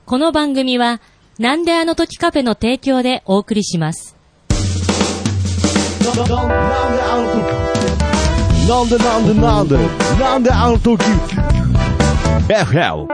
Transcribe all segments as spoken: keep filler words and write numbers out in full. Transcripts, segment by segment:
この番組はなんであの時カフェの提供でお送りします。 なんでなんでなんでなんであの時 エフエル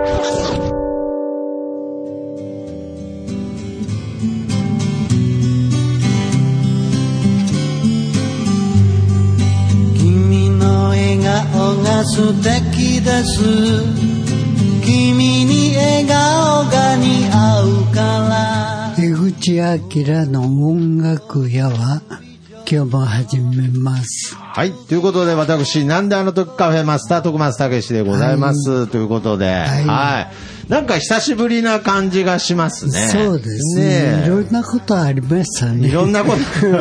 君の笑顔が素敵です。君に笑顔が似合うから。 江口明の音楽屋は今日も始めます。 はい。ということで、私、なんであの時カフェマスター、徳松武史でございます。はい、ということで、はい、はい。なんか久しぶりな感じがしますね。 そうですね。ねいろんなことありましたね。 いろんなこと。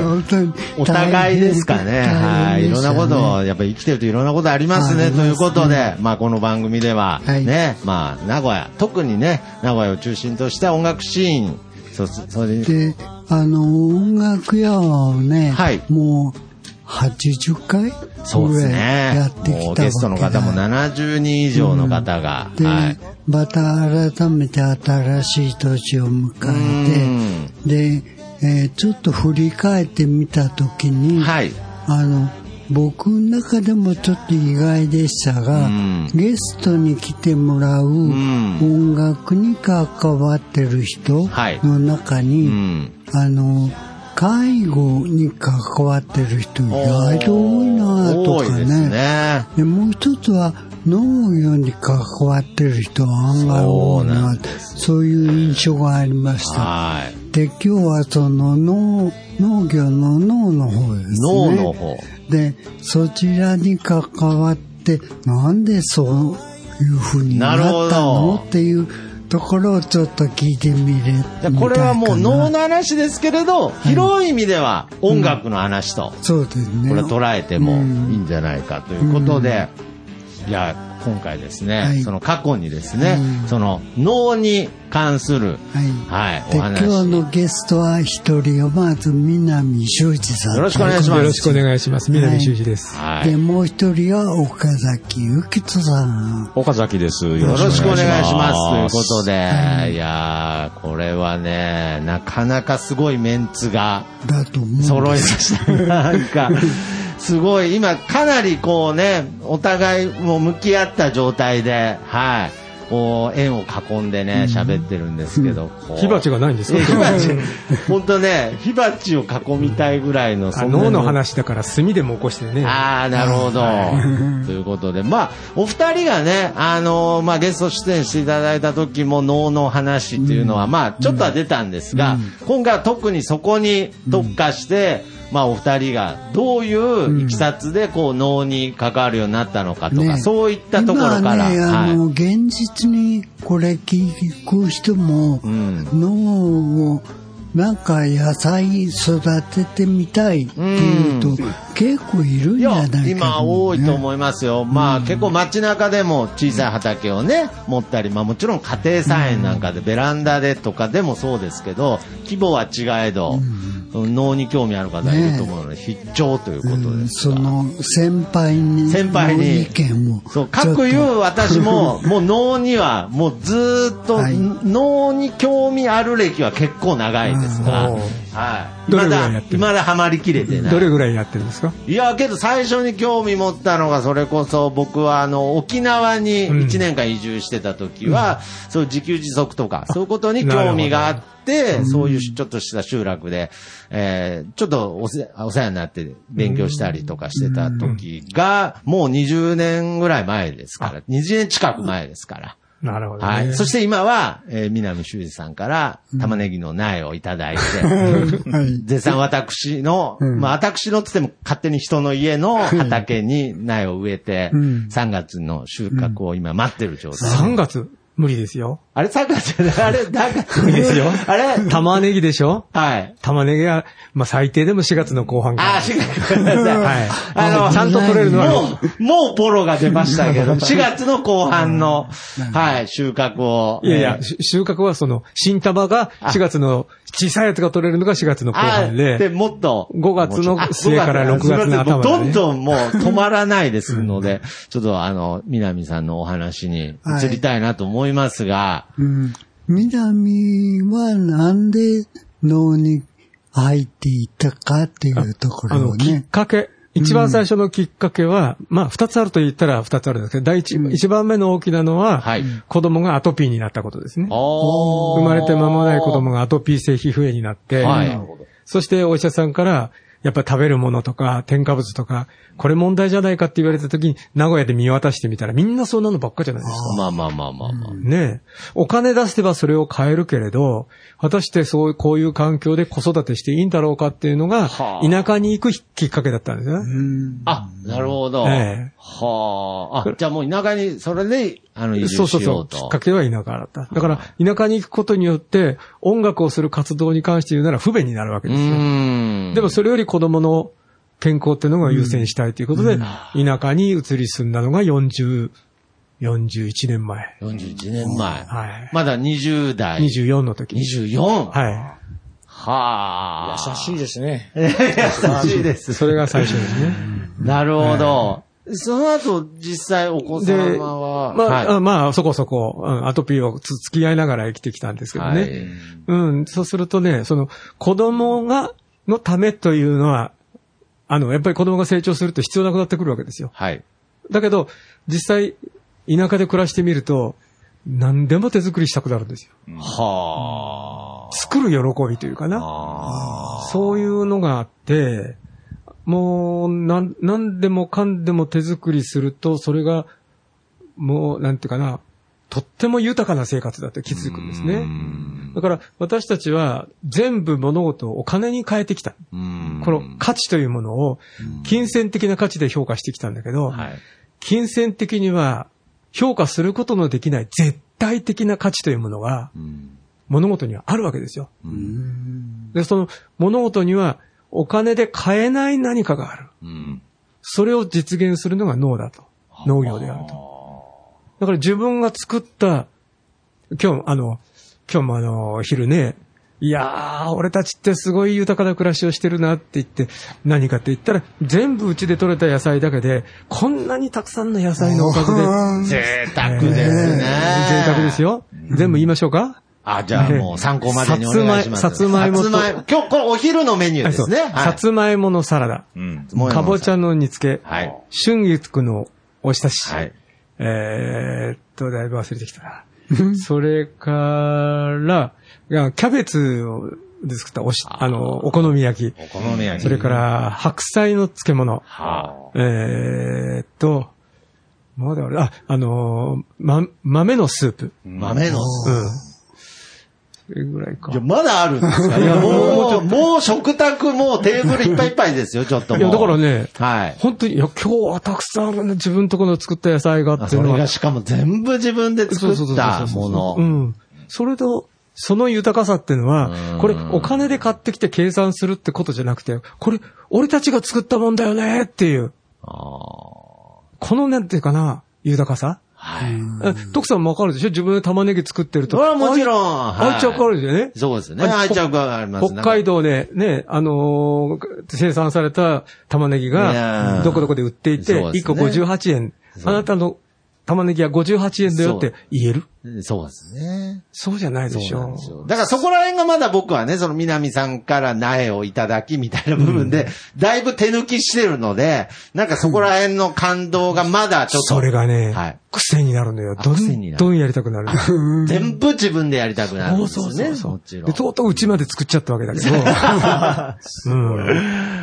本当に。お互いですかね。はい。いろんなことを、やっぱり生きてるといろんなことありますね。ということで、まあこの番組では、はい、ね、まあ名古屋、特にね、名古屋を中心とした音楽シーン、そ、それで、あの、音楽屋をね、はい、もう、はちじゅっかいぐらいやってきたわけだ。もうゲストの方もななじゅうにん以上の方が。 うん、で、はい、また改めて新しい年を迎えて、で、えー、ちょっと振り返ってみたときに、はい、あの、僕の中でもちょっと意外でしたが、うん、ゲストに来てもらう音楽に関わってる人の中に、はいうん、あの、介護に関わってる人意外と多いなとかね。ですね。でもう一つは農業に関わってる人は案外多いな、そういう印象がありました。はい。で、今日はその農、農業の農の方ですね。 農の方。 で、そちらに関わってなんでそういう風になったのっていうところをちょっと聞いてみれみたいかな。 これはもう脳の話ですけれど、はい、広い意味では音楽の話と、うん、 そうですね。 これ捉えてもいいんじゃないかということで、うん、いや今回ですね、はい、その過去にですね、うん、その脳に関する、はい、はい、お話。 今日のゲストは一人をまず南修二さん。 よろしくお願いします。 よろしくお願いします。南修二です。 はい。でもう一人は岡崎由紀人さん。 岡崎です。 よろしくお願いします。ということで、はい、いやーこれはねなかなかすごいメンツが揃いました。なんか。すごい、今かなりこうね、お互いもう向き合った状態で、はい、こう円を囲んでね、喋、うん、ってるんですけど、 うん、火鉢がないんですか？ 火鉢、本当ね、火鉢を囲みたいぐらいの、 そんなの。脳の話だから炭でも起こしてね。 ああ、なるほど。ということで、まあ、お二人がね、あのー、まあ、ゲスト出演していただいた時も脳の話っていうのは、うん、まあ、ちょっとは出たんですが、うん、今回は特にそこに特化して、うんまあお二人がどういういきさつでこう脳に関わるようになったのかとか、ね、そういったところから、 ね、あの、はい、現実にこれ聞く人も、うん、脳をなんか野菜育ててみたいっていうと、うん、結構いるんじゃないかな、ね、 今多いと思いますよ。まあ、うん、結構街中でも小さい畑をね持ったり、まあもちろん家庭菜園なんかでベランダでとかでもそうですけど、規模は違えど、うん、脳に興味ある方いると思うので、ね、必聴ということですが、うん、 その先輩に先輩に意見をそう各言う私ももう脳にはもうずっと、はい、脳に興味ある歴は結構長いですが、はい。まだまだハマりきれてない。 どれぐらいやってるんですか？ いやけど最初に興味持ったのがそれこそ僕はあの沖縄にいちねんかん移住してた時は、うん、そう自給自足とかそういうことに興味があって、そういうちょっとした集落で、えー、ちょっとおせお世話になって勉強したりとかしてた時が、もうにじゅうねんぐらい前ですから、にじゅうねん近く前ですから。 なるほど、ね。 はい。そして今は、えー、南修二さんから玉ねぎの苗をいただいて、うんはい、絶賛私の、うん、まあ私のつっても勝手に人の家の畑に苗を植えて、うん、さんがつの収穫を今待ってる状態。 さんがつ無理ですよ。 あれさんがつあれだが無理ですよ。 あれ玉ねぎでしょ？ はい。 玉ねぎは、まあ最低でもしがつの後半から。 あ、しがつごめんなさい。はい。 あの、ちゃんと取れるのは。 もう、もうボロが出ましたけど、しがつの後半の、はい、収穫を。 いやいや、収穫はその、新玉がしがつの小さいやつが取れるのがしがつの後半で。 で、もっと。 ごがつの末からろくがつの頭まで、ね。 どんどんもう止まらないですので、ちょっとあの、南さんのお話に移りたいなと思いますが、 うん、 南はなんで脳に入っていったかっていうところをね。あの、 きっかけ。一番最初のきっかけは、うん、まあ、二つあると言ったら二つあるんですけど、第一、うん、一番目の大きなのは、はい、子供がアトピーになったことですね。生まれて間もない子供がアトピー性皮膚炎になって、はい、そしてお医者さんから、やっぱり食べるものとか、添加物とか、これ問題じゃないかって言われた時に、名古屋で見渡してみたら、みんなそんなのばっかじゃないですか。 まあまあまあまあまあ。 ねえ。お金出せばそれを買えるけれど、果たしてそういう、こういう環境で子育てしていいんだろうかっていうのが、田舎に行くきっかけだったんですね。 あ、なるほど。ええ、はあ。あ、じゃあもう田舎に、それで、あの、移住しようと。そうそうそう。 きっかけは田舎だった。だから、田舎に行くことによって、音楽をする活動に関して言うなら不便になるわけですよ。でもそれより子供の健康っていうのが優先したいということで、うん、田舎に移り住んだのがよんじゅう、よんじゅういちねんまえ。 よんじゅういちねんまえ。はい。まだにじゅう代。 にじゅうよんの時。 にじゅうよん? はい。 はあ。優しいですね。 優しいです。 それが最初ですね。 なるほど。その後、実際お子様は。 まあ、はい、まあ、そこそこ、うん、アトピーをつ付き合いながら生きてきたんですけどね。はい、うん、そうするとね、その、子供が、のためというのは、あの、やっぱり子供が成長すると必要なくなってくるわけですよ。 はい。 だけど、実際、田舎で暮らしてみると、何でも手作りしたくなるんですよ。 はあ。 作る喜びというかな。そういうのがあって、もう、なん、なんでもかんでも手作りすると、それが、もう、なんていうかな、とっても豊かな生活だって気づくんですね。だから私たちは全部物事をお金に変えてきた。この価値というものを金銭的な価値で評価してきたんだけど、はい、金銭的には評価することのできない絶対的な価値というものが物事にはあるわけですよ。で、その物事にはお金で買えない何かがある。それを実現するのが農だと。農業であると。だから自分が作った、今日、あの、今日もあの、昼ね、いやー、俺たちってすごい豊かな暮らしをしてるなって言って、何かって言ったら、全部うちで採れた野菜だけで、こんなにたくさんの野菜のおかずで。贅沢ですね、えー。 贅沢ですよ。うん、全部言いましょうか。 あ、じゃあもう参考までにお願いします。 さつまいも。さつまいも。 今日、これお昼のメニューですね。はい、 さつまいものサラダ。うん、かぼちゃの煮付け。はい、春菊のおひたし。はい、えーっと、だいぶ忘れてきたな。それから、キャベツで作ったおし、あの、お好み焼き。 お好み焼き。 それから、白菜の漬物。はあ、えーっと、まだあれ、あ、あの、ま、豆のスープ。 豆のスープ。うん。 それぐらいか。 いや、まだあるんですか？いや、もう、もう食卓もうテーブルいっぱいいっぱいですよ、ちょっともう。 いや、だからね、 はい。 本当に、いや、今日はたくさんあるね、自分とこの作った野菜がっていうのは。 それがしかも全部自分で作ったもの。 うん。それと、その豊かさっていうのは、これお金で買ってきて計算するってことじゃなくて、これ俺たちが作ったもんだよねっていう。あこのなんていうかな、豊かさ。はい。徳さんもわかるでしょ？自分で玉ねぎ作ってると。 それはもちろん。 愛着あるよね。 そうですね。愛着がありますね。北海道でね、あのー、生産された玉ねぎが、どこどこで売っていて、いっこごじゅうはちえん。あなたの玉ねぎはごじゅうはちえんだよって言える？ そうですね。 そうじゃないでしょ。 だからそこら辺がまだ僕はね、その南さんから苗をいただきみたいな部分で、うん、だいぶ手抜きしてるので、なんかそこら辺の感動がまだちょっと。 それがね、はい、癖になるのよ。どんどんやりたくなる。 全部自分でやりたくなるんですよね。そうそうそう。もちろん。 で、とうとううちまで作っちゃったわけだけど。 うん、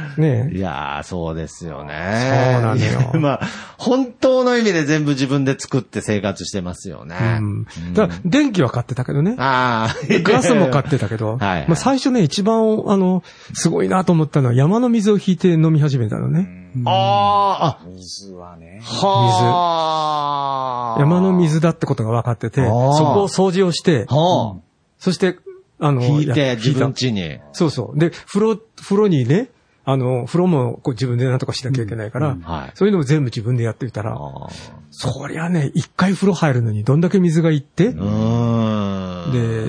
ねいやー、そうですよね。 そうなのよ。 まあ、本当の意味で全部自分で作って生活してますよね。 うんだから電気は買ってたけどね。 ああ。ガスも買ってたけど。はい、はい。まあ最初ね、一番、あの、すごいなと思ったのは山の水を引いて飲み始めたのね。 ああ。 水はね。 はあ。水。山の水だってことが分かってて、そこを掃除をして、はあ、そして、あの、 引いて自分家に。 そうそう。で、風呂、風呂にね、あの、風呂もこう自分でなんとかしなきゃいけないから、うんはい、そういうのも全部自分でやってみたら、そりゃね、一回風呂入るのにどんだけ水がいって、で、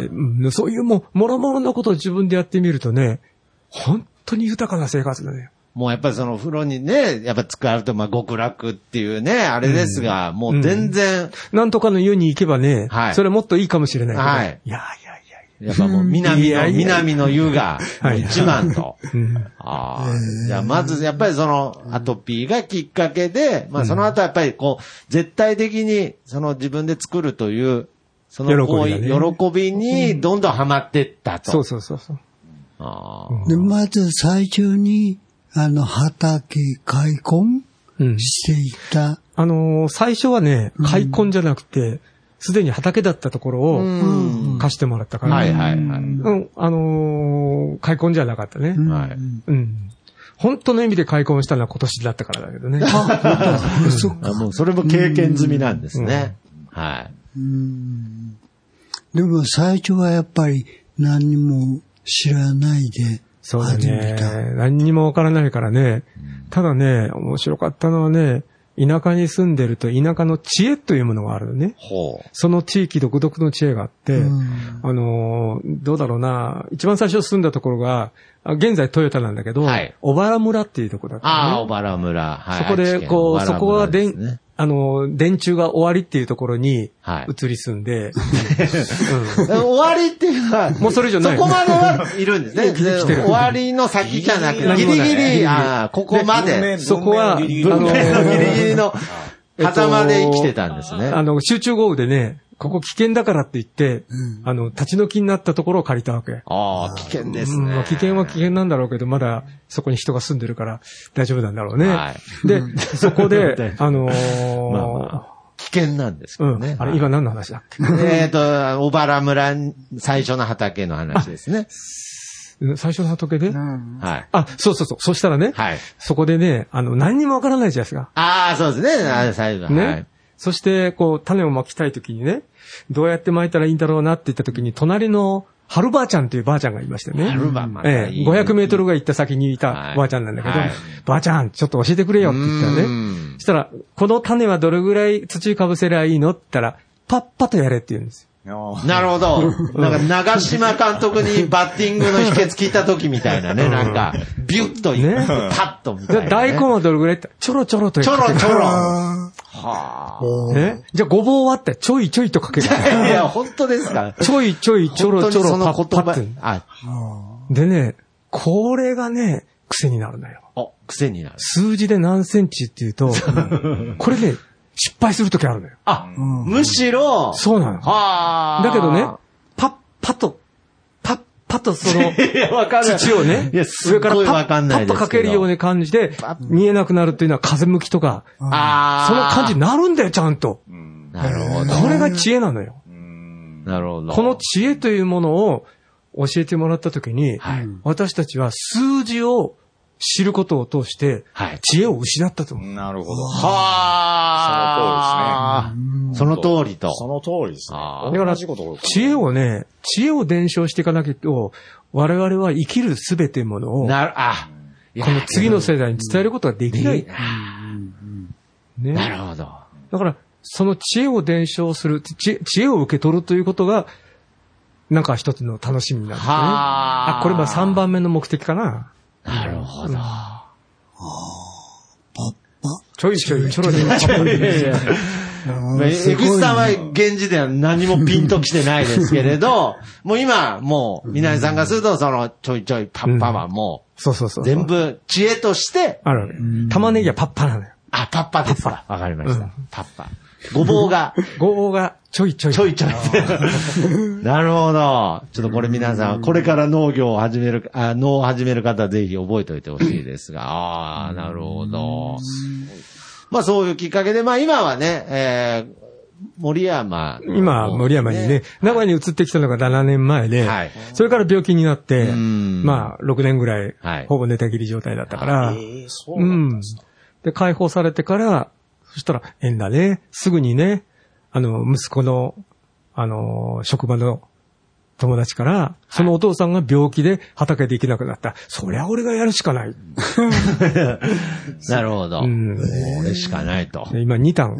そういうもう、もろもろのことを自分でやってみるとね、本当に豊かな生活だね。 もうやっぱりその風呂にね、やっぱ使うとまあ極楽っていうね、あれですが、うん、もう全然、うん。 なんとかの湯に行けばね、はい、それもっといいかもしれないけど。はい。いやいやいや。やっぱもう南の、南の湯が一番と。ああ。じゃあまずやっぱりそのアトピーがきっかけで、まあその後やっぱりこう、絶対的にその自分で作るという、その行為、喜びにどんどんハマってったと。 そうそうそうそう。 あでまず最初に、あの、畑、開墾していた。うん、 あのー、最初はね、開墾じゃなくて、すで、うん、に畑だったところを貸してもらったから。はいはいはい。うん、あのー、開墾じゃなかったね。うん、はい。うん。本当の意味で開墾したのは今年だったからだけどね。あ、 そっか。もうそれも経験済みなんですね。うん、はい。 うん。でも最初はやっぱり何にも知らないで始めた。 そうだね。何にもわからないからね。ただね、面白かったのはね、田舎に住んでると田舎の知恵というものがあるのね。ほう。その地域独特の知恵があって、うん、あの、どうだろうな、一番最初住んだところが、現在トヨタなんだけど、はい、小原村っていうところだった、ね。 ああ、小原村。はい。 そこで、こう、そこはでん、あの、電柱が終わりっていうところに移り住んで、 はいうん、終わりっていうのは、 もうそれ以上ない。 そこまではいるんですね。終わりの先じゃなくて、ギリギリ、ああ、ここまで。 そこは、あの、ギリギリの、狭間で生きてたんですね。 あの、集中豪雨でね、ここ危険だからって言って、うん、あの、立ち退きになったところを借りたわけ。 ああ、危険ですね、 うん。危険は危険なんだろうけど、まだそこに人が住んでるから大丈夫なんだろうね。はい、で、そこで、あのーまあまあ、 危険なんですけどね。 うん、あれ、今何の話だっけえっと、小原村、最初の畑の話ですね。 最初の畑で、うん、 はい。 あ、そうそうそう。そしたらね、はい。そこでね、あの、何にもわからないじゃないですか。 ああ、そうですね。あれ、最後。 ね。 はい。 そして、こう、種をまきたいときにね、どうやってまいたらいいんだろうなって言ったときに、隣の、春ばあちゃんっていうばあちゃんがいましてね。 春ばあまええ、ごひゃくメートルが行った先にいたばあちゃんなんだけど、はい、ばあちゃん、ちょっと教えてくれよって言ったらね。そしたら、この種はどれぐらい土かぶせりゃいいのって言ったら、パッパとやれって言うんですよ。 なるほど。なんか、長島監督にバッティングの秘訣聞いた時みたいなね、なんか、ビュッと、ね、パッとみたいな、ね。 大根はどれぐらいってちょろちょろとちょろちょろ。はあ。ね。じゃあ、ごぼうはってちょいちょいとかける。 いや、本当ですか。 ちょいちょいちょろちょろパッパッって。あでね、これがね、癖になるんだよ。 あ、癖になる。 数字で何センチっていうと、これね、失敗するときあるのよ。 あ、うん、むしろ。 そうなの。 はだけどね、パッパと、パッパとその、土をね、上からパッパッとかけるような感じで、見えなくなるっていうのは風向きとか、あその感じになるんだよ、ちゃんと。 なるほど。 これが知恵なのよ。 なるほど。 この知恵というものを教えてもらったときに、はい、私たちは数字を知ることを通して、知恵を失ったと思う。 なるほど。 はぁ。その通りですね。その通りと。 その通りですね。 だから、知恵をね、知恵を伝承していかなきゃと、我々は生きるすべてものを、 なる、あ、 この次の世代に伝えることができない。 ね、なるほど。 だから、その知恵を伝承する、知恵を受け取るということが、なんか一つの楽しみになるんですね。あ、これはさんばんめの目的かな。 なるほど。ああ、パッパ。 ちょいちょいちょろちょろパッパで。 江口さんは現時では何もピンときてないですけれど、もう今、もう、皆さんがすると、その、ちょいちょいパッパはもう、 そうそうそう。 全部、知恵として、 あるわけ。玉ねぎはパッパなのよ。 あ、パッパですか。わかりました。パッパ。ごぼうが。 ごぼうが、ちょいちょい。 ちょいちょい。なるほど。ちょっとこれ皆さん、これから農業を始める、あ農を始める方はぜひ覚えておいてほしいですが、ああ、なるほど。まあそういうきっかけで、まあ今はね、えー、森山、 ね。今、森山にね、名古屋に移ってきたのがななねんまえで、はい、それから病気になって、まあろくねんぐらい、はい、ほぼ寝たきり状態だったから、えー、そうなんですか。で、解放されてから、そしたら、縁だね。すぐにね、あの、息子の、あの、職場の友達から、そのお父さんが病気で畑で行けなくなった。はい、そりゃ俺がやるしかない。 なるほど。うん、俺しかないと。 今に単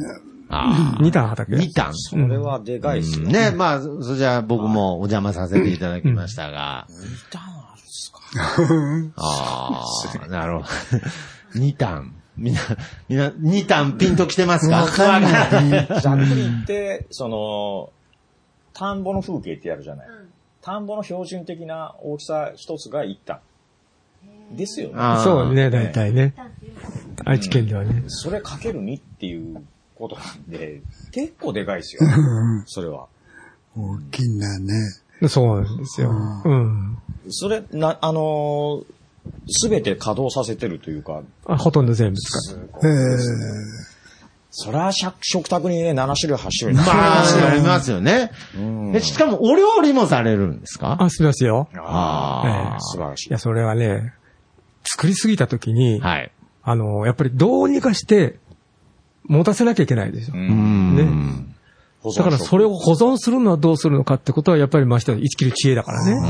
に単畑。 に単。 それはでかいっすよね。ね、まあ、それじゃあ僕もお邪魔させていただきましたが。 に単あるんですか？ ああ、なるほど。に単。みんな、みんな、に単ピンと来てますか？ わかんない。 ざっくり言って、その、田んぼの風景ってやるじゃない。田んぼの標準的な大きさ一つがいち単。ですよね。 そうね、大体ね。愛知県ではね。 それかけるにっていうことなんで、結構でかいですよ。それは。 大きいんだね。 そうなんですよ。うん。 それ、な、あのすべて稼働させてるというか。 あ、ほとんど全部使って。 ええ。 そりゃ食卓にね、なな種類、はち種類。 まあ、ありますよね。え、しかもお料理もされるんですか？ あ、しますよ。 ああ、素晴らしい。 いや、それはね、作りすぎたときに、 はい。 あの、やっぱりどうにかして持たせなきゃいけないでしょ。ね。だからそれを保存するのはどうするのかってことはやっぱりましては生きる知恵だからね。うん。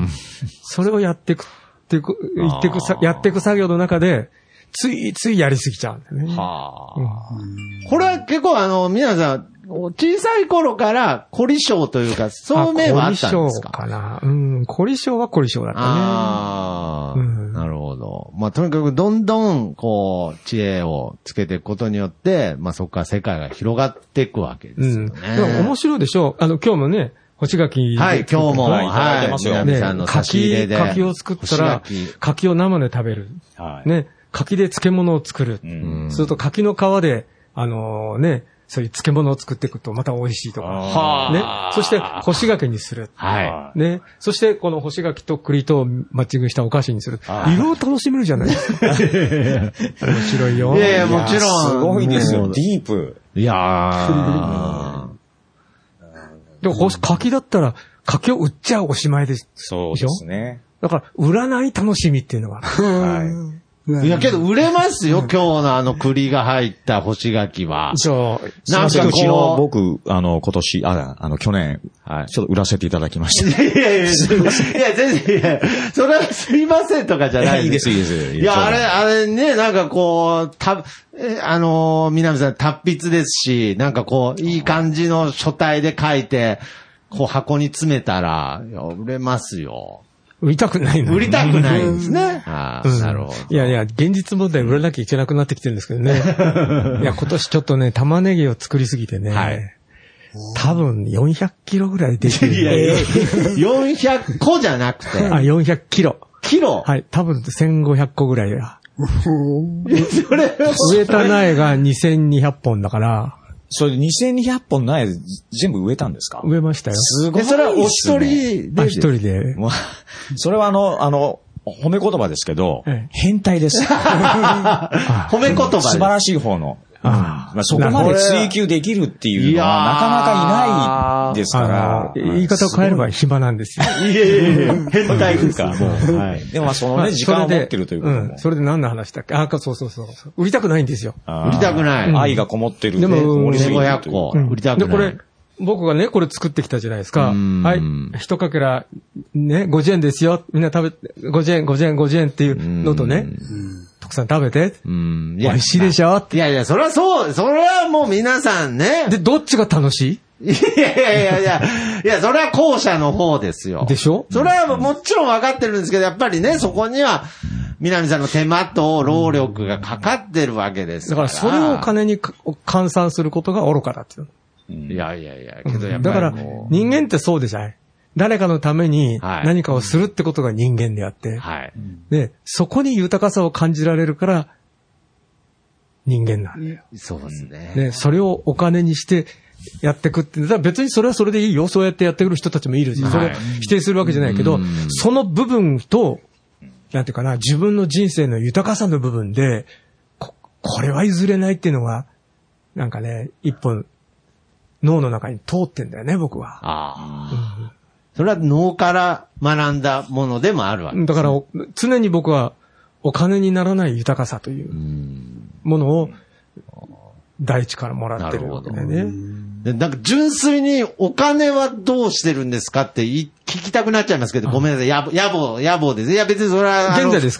それをやっていく、っていく、言っていくさ、やっていく作業の中で、ついついやりすぎちゃうんだよね。 はあ。うん、これは結構あの、皆さん、小さい頃から凝り性というか、そういう面はあったんですか？ 凝り性かな。うん。凝り性は凝り性だったね。 ああ、うん。なるほど。まあ、とにかくどんどん、こう、知恵をつけていくことによって、まあ、そこから世界が広がっていくわけですよね。 うん。でも面白いでしょう。あの、今日もね、干し柿。 はい、今日も、はい、いただいてますよ。ね、さんの差し入れで。 柿を作ったら、柿を生で食べる。はい。ね。柿で漬物を作る。うん。すると柿の皮で、あのー、ね、そういう漬物を作っていくとまた美味しいとか。はね。そして、干し柿にする。はい。ね。そして、この干し柿と栗とマッチングしたお菓子にする。いろいろ楽しめるじゃないですか。面白いよ。 いやいや、もちろん。 すごいですよ。ディープ。 いやー。 でも、柿だったら、柿を売っちゃおしまいです。 そうですね。 だから、売らない楽しみっていうのが。はい。 いやけど売れますよ、今日のあの栗が入った干し柿は。 そう。なんかうちの僕、あの、今年、あ、あの、去年、はい、ちょっと売らせていただきました。 いやいやいや、すいません。いや、全然、いや、それはすいませんとかじゃない。 いいです、いいです。 いや、あれ、あれね、なんかこう、た、あの、南さん達筆ですし、なんかこう、いい感じの書体で書いて、こう箱に詰めたら、いや、売れますよ。 売りたくないの。 売りたくないんですね。ああ、うん、なるほど。 いやいや、現実問題売らなきゃいけなくなってきてるんですけどね。いや、今年ちょっとね、玉ねぎを作りすぎてね。はい。多分よんひゃくキロぐらい出てる。 いやいや、よんひゃっこじゃなくて。 あ、よんひゃくキロ。 キロ？ はい。多分せんごひゃっこぐらいや。 それ植えた苗がにせんにひゃっぽんだから。 それにせんにひゃっぽん苗全部植えたんですか？ 植えましたよ。 すごいですね。 それはお一人で。 あ、一人で。 それはあの、あの、褒め言葉ですけど、ええ、変態です。 褒め言葉です。 素晴らしい方の。あまあ、そこまで追求できるっていうのはなかなかいないですから。 言い方を変えれば暇なんですよ。 いやいやいや、変態ですか。もう。 はい。でもまあそのね、時間を持ってるということも。 うん。それで何の話だっけ？あ、そうそうそう。売りたくないんですよ。 売りたくない。 愛がこもってる。 でも、 ごひゃっこ。売りたくない。 で、これ、僕がね、これ作ってきたじゃないですか。はい。一かけら、ね、ごじゅうえんですよ。みんな食べ、ごじゅうえん、ごじゅうえん、ごじゅうえんっていうのとね。徳さん食べて。うん。美味しいでしょって。 いやいや、それはそう、それはもう皆さんね。 で、どっちが楽しい？ いやいやいやいや、いや、それは後者の方ですよ。 でしょ？ それはもちろん分かってるんですけど、やっぱりね、そこには、南さんの手間と労力がかかってるわけですから。 だからそれをお金に換算することが愚かだっていう。 いやいやいや、けどやっぱり。 だから人間ってそうでしょ。誰かのために何かをするってことが人間であって。はい。で、そこに豊かさを感じられるから人間なんだよ。 そうですね。 で、それをお金にしてやっていくって、だから別にそれはそれでいいよ。そうやってやってくる人たちもいるし、それを否定するわけじゃないけど、その部分と、なんていうかな、自分の人生の豊かさの部分で、こ、これは譲れないっていうのが、なんかね、一本、脳の中に通ってんだよね、僕は。ああ、うん。それは脳から学んだものでもあるわけです、ね。 だから、常に僕は、お金にならない豊かさというものを、大地からもらってるわけだよね。 で、なんか純粋にお金はどうしてるんですかって聞きたくなっちゃいますけど、ごめんなさい。野暮、野暮、野暮です。いや別にそれは。 現在ですか？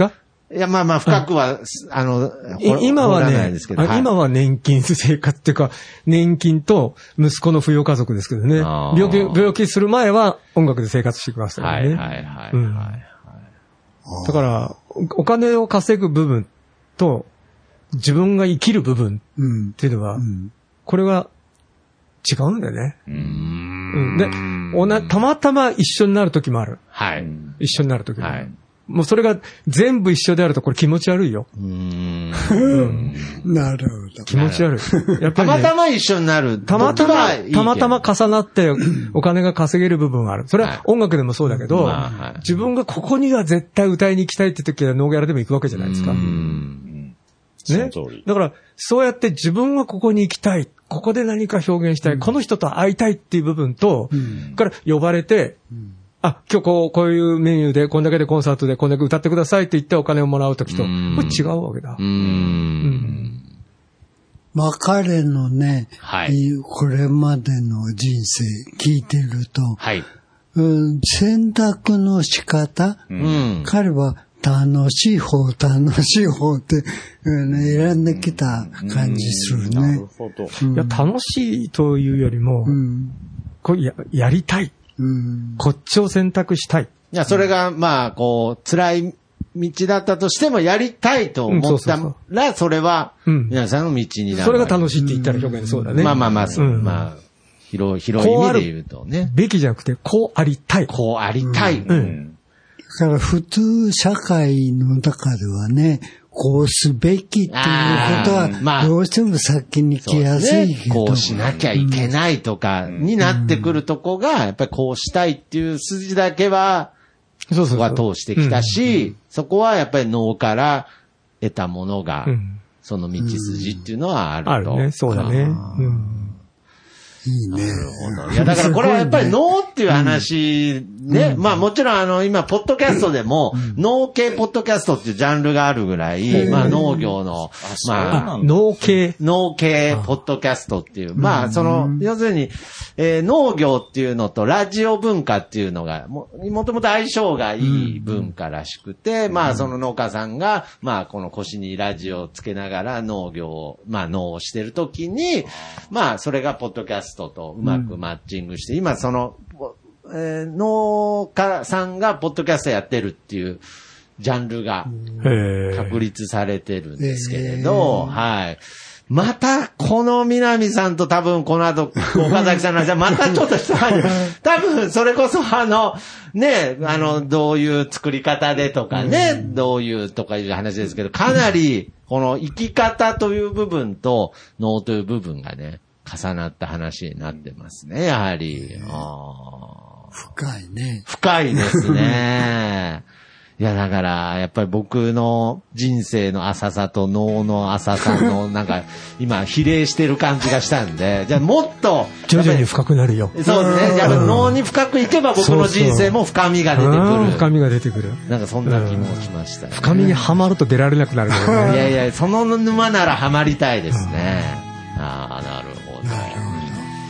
いや、まあまあ、深くは、あの、 今はね、 はい、 今は年金生活っていうか、年金と息子の扶養家族ですけどね。病気、病気する前は音楽で生活してきましたからね。はいはいはい、うん。だから、お金を稼ぐ部分と、自分が生きる部分っていうのは、うん、これは違うんだよね。うーんでおな、たまたま一緒になる時もある。はい。一緒になる時もある。はい、もうそれが全部一緒であるとこれ気持ち悪いよ。うーんうん、なるほど。 気持ち悪い。やっぱり、ね、 たまたま一緒になる。 たまたま、いいたまたま重なってお金が稼げる部分がある。それは音楽でもそうだけど、はいまあはい、自分がここには絶対歌いに行きたいって時はノーギャラでも行くわけじゃないですか。うーんね。だから、そうやって自分がここに行きたい。ここで何か表現したい。うん、この人と会いたいっていう部分と、うん、から呼ばれて、うんあ、今日こう、こういうメニューで、こんだけでコンサートで、こんだけ歌ってくださいって言ってお金をもらうときと、これ違うわけだ。うーん。うん、 まあ彼のね、はい、これまでの人生聞いてると、はいうん、選択の仕方、うん、彼は楽しい方、楽しい方って、うん、選んできた感じするね。なるほど。 うん、いや、楽しいというよりも、うん、こうや、やりたい。うん、こっちを選択したい。いや、それが、まあ、こう、辛い道だったとしても、やりたいと思ったら、それは、皆さんの道になる。 それが楽しいって言ったら表現そうだね。 まあまあまあ、うん、まあ、広い、広い意味で言うとね。 べきじゃなくて、こうありたい。 こうありたい。うん。うん、 だから、普通、社会の中ではね、こうすべきっていうことは、どうしても先に来やすいけど、 まあね、こうしなきゃいけないとかになってくるとこが、やっぱりこうしたいっていう筋だけは、そこは通してきたし、そこはやっぱり脳から得たものが、その道筋っていうのはあると。 あるね、そうだね。うんいいね。 なるほど。いや、だからこれはやっぱり脳っていう話ね。うん、まあもちろんあの、今、ポッドキャストでも、農系ポッドキャストっていうジャンルがあるぐらい、まあ農業の、まあ、 農系農系ポッドキャストっていう、まあその、要するに、えー、農業っていうのとラジオ文化っていうのが、も、もともと相性がいい文化らしくて、まあその農家さんが、まあこの腰にラジオをつけながら農業を、まあ農をしてるときに、まあそれがポッドキャストとうまくマッチングして、うん、今その、えー、農家さんがポッドキャストやってるっていうジャンルが確立されてるんですけれど、はい。また、この南さんと多分この後、岡崎さんの話はまたちょっとした多分それこそあの、ね、あの、どういう作り方でとかね、どういうとかいう話ですけど、かなり、この生き方という部分と脳という部分がね、重なった話になってますね、やはり。あ深いね。 深いですね。いや、だから、やっぱり僕の人生の浅さと脳の浅さの、なんか、今、比例してる感じがしたんで、じゃあもっと、 徐々に深くなるよ。 そうですね。じゃあ脳に深くいけば僕の人生も深みが出てくる。そうそう深みが出てくる。 なんかそんな気もしましたね。 深みにはまると出られなくなるからね。 いやいや、その沼ならはまりたいですね。ああ、なるほど。 なるほど。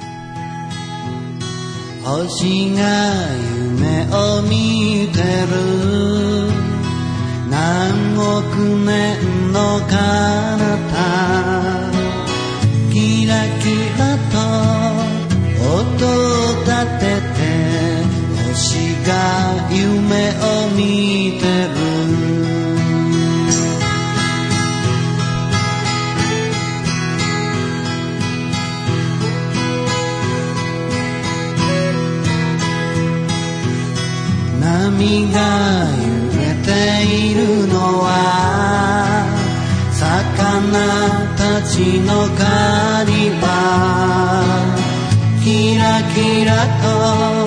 星が夢を見てる何億年の彼方キラキラと音を立てて星が夢を見てる波が揺れているのは魚たちの狩り場キラキラと